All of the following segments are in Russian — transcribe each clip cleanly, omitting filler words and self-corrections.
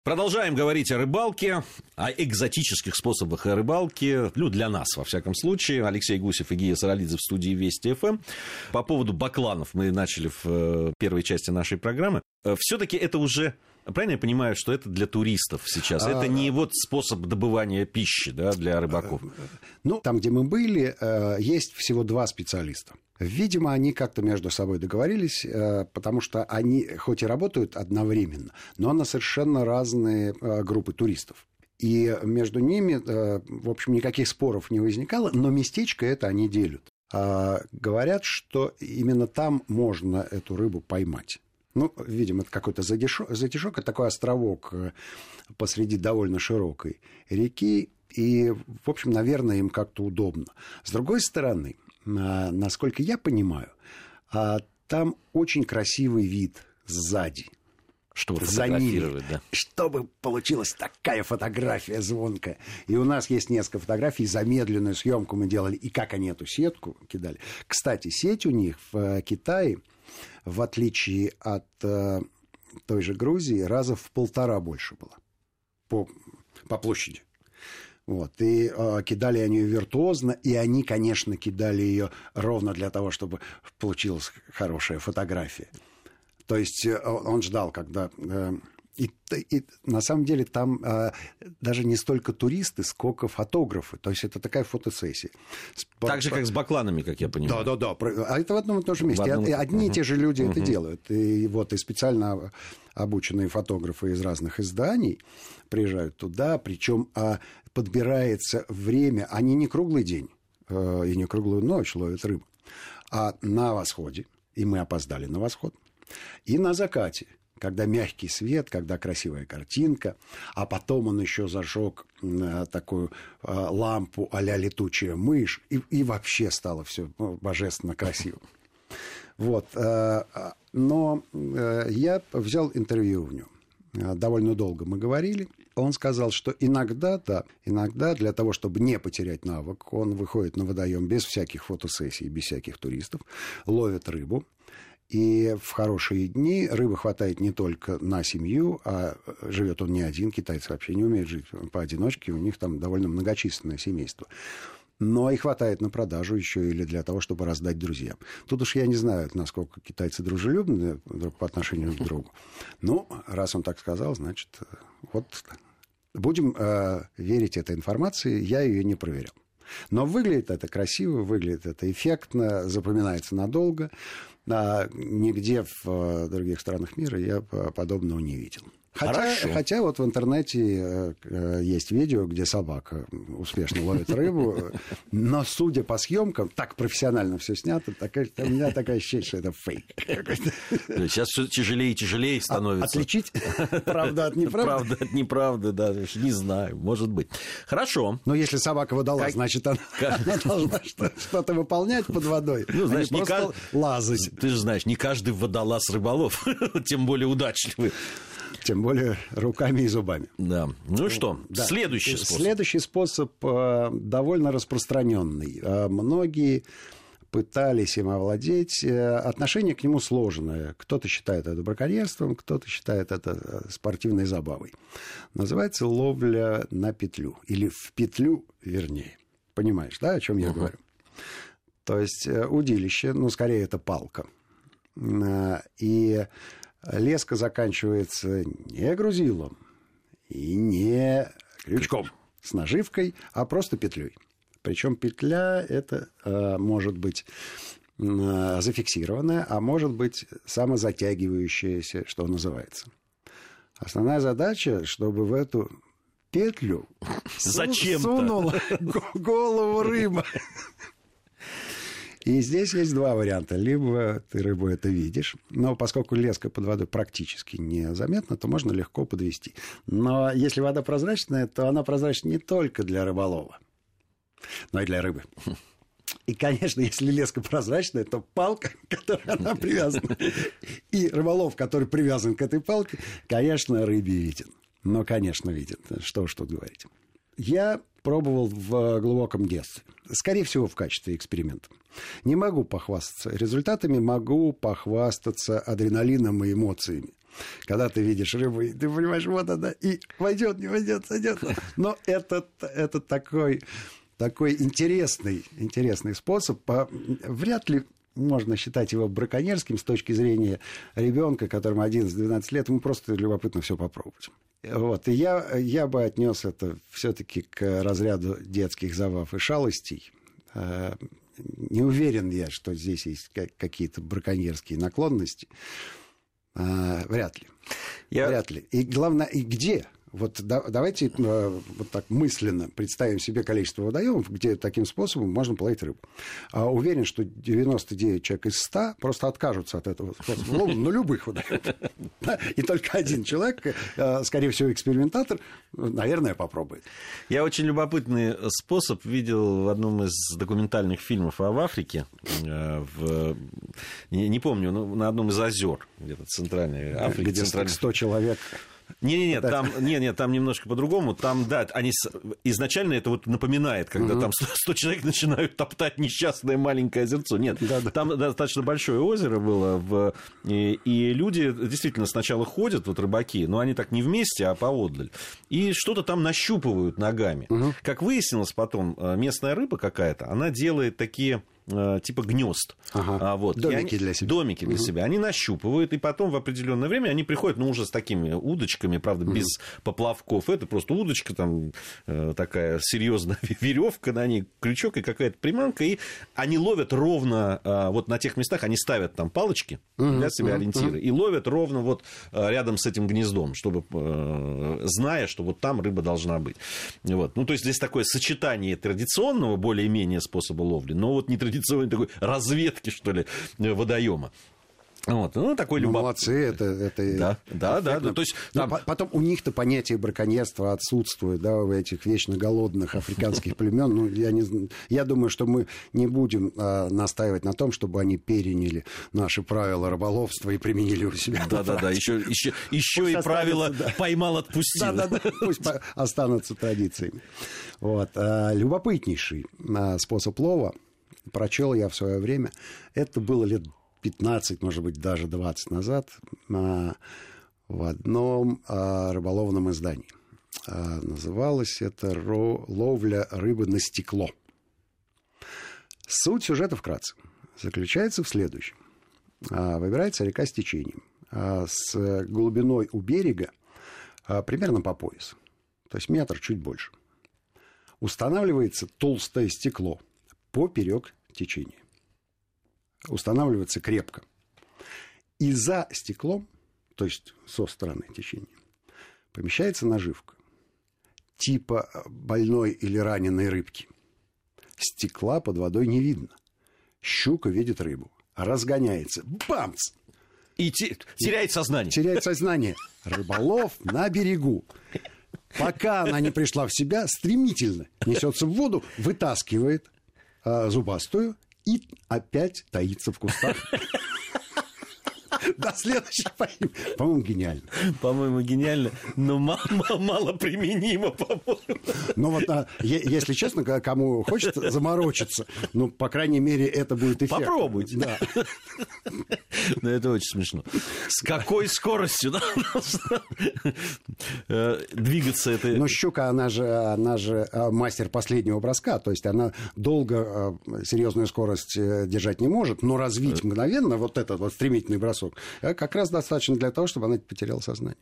Продолжаем говорить о рыбалке, о экзотических способах рыбалки, для нас, во всяком случае. Алексей Гусев и Гия Саралидзе в студии Вести ФМ. По поводу бакланов мы начали в первой части нашей программы. Все-таки это уже, правильно я понимаю, что это для туристов сейчас? Это не вот способ добывания пищи, да, для рыбаков? Там, где мы были, есть всего 2 специалиста. Видимо, они как-то между собой договорились, потому что они хоть и работают одновременно, но на совершенно разные группы туристов. И между ними, в общем, никаких споров не возникало, но местечко это они делят. Говорят, что именно там можно эту рыбу поймать. Видимо, это какой-то затишок, это такой островок посреди довольно широкой реки, и, в общем, наверное, им как-то удобно. С другой стороны, насколько я понимаю, там очень красивый вид сзади. Чтобы фотографировать, да. Чтобы получилась такая фотография звонкая. И у нас есть несколько фотографий, замедленную съемку мы делали, и как они эту сетку кидали. Кстати, сеть у них в Китае, в отличие от той же Грузии, раза в 1,5 больше была по площади. И кидали они ее виртуозно, и они, конечно, кидали ее ровно для того, чтобы получилась хорошая фотография. То есть он ждал, когда... И на самом деле там даже не столько туристы, сколько фотографы. То есть это такая фотосессия. Так же, как с бакланами, как я понимаю. Да. А это в одном и том же месте. Одни и те же люди это делают. И специально обученные фотографы из разных изданий приезжают туда, причем подбирается время. Они не круглый день и не круглую ночь ловят рыбу, а на восходе. И мы опоздали на восход. И на закате. Когда мягкий свет, когда красивая картинка, а потом он еще зажег такую лампу а-ля летучая мышь, и вообще стало все божественно красиво. Но я взял интервью у него. Довольно долго мы говорили. Он сказал, что иногда для того, чтобы не потерять навык, он выходит на водоем без всяких фотосессий, без всяких туристов, ловит рыбу. И в хорошие дни рыбы хватает не только на семью, а живет он не один, китайцы вообще не умеют жить поодиночке, у них там довольно многочисленное семейство. Но и хватает на продажу еще или для того, чтобы раздать друзьям. Тут уж я не знаю, насколько китайцы дружелюбны друг по отношению к другу. Раз он так сказал, значит, будем верить этой информации, я ее не проверял. Но выглядит это красиво, выглядит это эффектно, запоминается надолго. Нигде в других странах мира я подобного не видел. Хотя в интернете есть видео, где собака успешно ловит рыбу, но, судя по съемкам, так профессионально все снято, у меня такое ощущение, что это фейк. Сейчас все тяжелее и тяжелее становится. Отличить правду от неправды? Правду от неправды, да, не знаю, может быть. Хорошо. Но если собака водолаз, значит, она должна что-то выполнять под водой, а не просто лазать. Ты же знаешь, не каждый водолаз рыболов, тем более удачливый. Тем более руками и зубами. Да. Следующий способ. Следующий способ довольно распространенный. Многие пытались им овладеть. Отношение к нему сложное. Кто-то считает это браконьерством, кто-то считает это спортивной забавой. Называется ловля на петлю. Или в петлю, вернее. Понимаешь, да, о чем я говорю? То есть удилище, скорее это палка. И леска заканчивается не грузилом и не крючком с наживкой, а просто петлей. Причем петля это может быть зафиксированная, а может быть самозатягивающаяся, что называется. Основная задача, чтобы в эту петлю сунула голову рыба. И здесь есть 2 варианта. Либо ты рыбу это видишь, но поскольку леска под водой практически незаметна, то можно легко подвести. Но если вода прозрачная, то она прозрачна не только для рыболова, но и для рыбы. И, конечно, если леска прозрачная, то палка, к которой она привязана, и рыболов, который привязан к этой палке, конечно, рыбе виден. Но, конечно, виден. Что уж тут говорить. Я пробовал в глубоком детстве. Скорее всего, в качестве эксперимента. Не могу похвастаться результатами, могу похвастаться адреналином и эмоциями. Когда ты видишь рыбу, и ты понимаешь, вот она, и войдет, не войдет, сойдет. Но это такой интересный способ. Вряд ли можно считать его браконьерским с точки зрения ребенка, которому 11-12 лет, ему просто любопытно все попробовать. Вот. И я бы отнес это все-таки к разряду детских забав и шалостей. Не уверен я, что здесь есть какие-то браконьерские наклонности. Вряд ли. Вряд ли. И главное, и где? Вот давайте вот так мысленно представим себе количество водоемов, где таким способом можно половить рыбу. Уверен, что 99 человек из 100 просто откажутся от этого способа лова на любых водоемах. И только один человек, скорее всего, экспериментатор, наверное, попробует. Я очень любопытный способ видел в одном из документальных фильмов об Африке. Не помню, но на одном из озер, где-то в Центральной Африке. Где 100 человек... Не-не-не, там немножко по-другому. Там, да, изначально это вот напоминает, когда там 100 человек начинают топтать несчастное маленькое озерцо. Нет, там достаточно большое озеро было, и люди действительно сначала ходят, вот рыбаки, но они так не вместе, а поотдаль, и что-то там нащупывают ногами. Как выяснилось потом, местная рыба какая-то, она делает такие... типа гнезд. Вот. Домики для себя. Домики для себя. Они нащупывают, и потом в определенное время они приходят, уже с такими удочками, правда, без поплавков. Это просто удочка, там такая серьезная веревка на ней, крючок и какая-то приманка, и они ловят ровно вот на тех местах, они ставят там палочки для себя ориентиры, и ловят ровно вот рядом с этим гнездом, чтобы, зная, что вот там рыба должна быть. Вот. То есть здесь такое сочетание традиционного более-менее способа ловли, но вот не традиционной такой разведки, что ли, водоема. Вот. Такой молодцы, это да. То есть, потом у них-то понятие браконьерства отсутствует, да, у этих вечно голодных африканских племен. Я думаю, что мы не будем настаивать на том, чтобы они переняли наши правила рыболовства и применили у себя. Да. Еще и правила поймал, отпустил. Да. Пусть останутся традициями. Вот. Любопытнейший способ лова, прочел я в свое время, это было лет 15, может быть, даже 20 назад в одном рыболовном издании. Называлось это «Ловля рыбы на стекло». Суть сюжета вкратце заключается в следующем. Выбирается река с течением, с глубиной у берега примерно по пояс, то есть метр, чуть больше. Устанавливается толстое стекло поперек течения. Устанавливается крепко. И за стеклом, то есть со стороны течения, помещается наживка типа больной или раненой рыбки. Стекла под водой не видно. Щука видит рыбу, разгоняется. Бамц! И теряет сознание. Теряет сознание. Рыболов на берегу. Пока она не пришла в себя, стремительно несется в воду, вытаскивает зубастую и опять таится в кустах. До следующего, по-моему, гениально. По-моему, гениально, но мало применимо, по-моему. Ну вот, если честно, кому хочется заморочиться, по крайней мере, это будет эффект. Попробуйте. Да. Но это очень смешно. С какой скоростью двигаться это? Но щука, она же мастер последнего броска, то есть она долго серьезную скорость держать не может, но развить мгновенно вот этот вот стремительный бросок как раз достаточно для того, чтобы она потеряла сознание.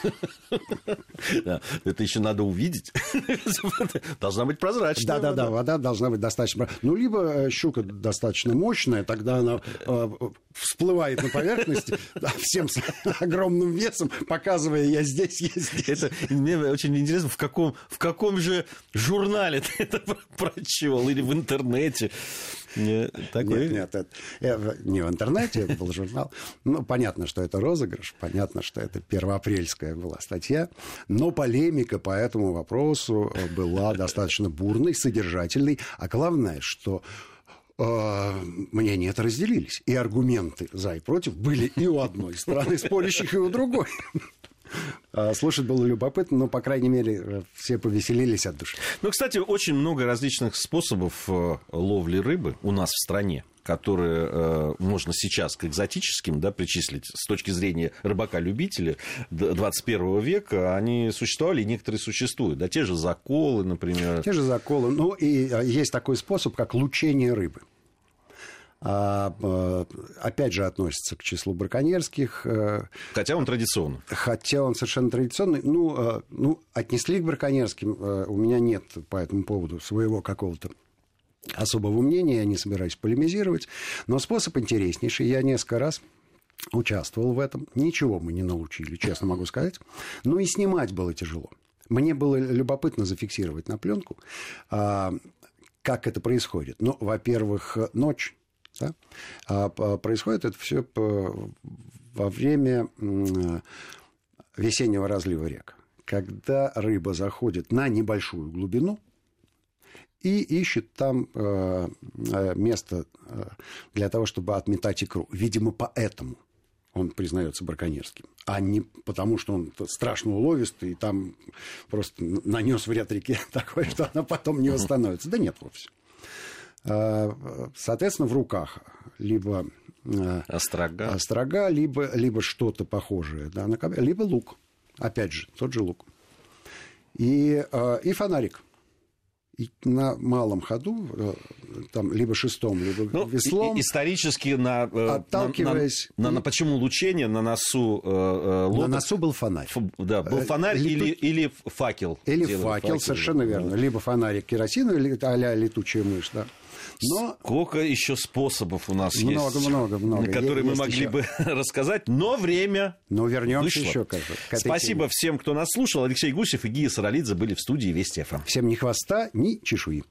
Да, это еще надо увидеть. Должна быть прозрачная. Да, вода должна быть достаточно. Либо щука достаточно мощная, тогда она всплывает на поверхности всем огромным весом, показывая: я здесь, я здесь. Это мне очень интересно, в каком же журнале ты это прочел или в интернете. Нет, это не в интернете, это был журнал. Понятно, что это розыгрыш, понятно, что это первоапрельская была статья, но полемика по этому вопросу была достаточно бурной, содержательной, а главное, что мнения разделились, и аргументы за и против были и у одной стороны спорящих, и у другой. Слушать было любопытно, но, по крайней мере, все повеселились от души. Кстати, очень много различных способов ловли рыбы у нас в стране. которые можно сейчас к экзотическим, да, причислить с точки зрения рыбака-любителя 21 века, они существовали, и некоторые существуют. Да, те же заколы, например. Те же заколы. Ну, и есть такой способ, как лучение рыбы. Опять же, относится к числу браконьерских. Хотя он традиционный. Хотя он совершенно традиционный. Ну, отнесли к браконьерским. У меня нет по этому поводу своего какого-то особого мнения. Я не собираюсь полемизировать. Но способ интереснейший. Я несколько раз участвовал в этом. Ничего мы не научили, честно могу сказать. Но и снимать было тяжело. Мне было любопытно зафиксировать на пленку, как это происходит. Ну, во-первых, ночь. Да? Происходит это все во время весеннего разлива рек, когда рыба заходит на небольшую глубину и ищет там место для того, чтобы отметать икру. Видимо, поэтому он признается браконьерским, а не потому, что он страшно уловистый и там просто нанес вред реке такой, что она потом не восстановится. Да нет вовсе. Соответственно, в руках либо острога либо что-то похожее, да, либо лук. Опять же, тот же лук. И фонарик. И на малом ходу, там, либо шестом, либо веслом. Исторически, отталкиваясь... почему лучение на носу лодок? На носу был фонарь. Да, был фонарь или факел. Или факел, совершенно верно. Либо фонарик керосиновый, а-ля летучая мышь, да. Но сколько еще способов у нас есть, много, на которые мы могли бы рассказать, но время вернемся вышло. Еще к Спасибо всем, кто нас слушал. Алексей Гусев и Гия Саралидзе были в студии Вести ФМ. Всем ни хвоста, ни чешуи.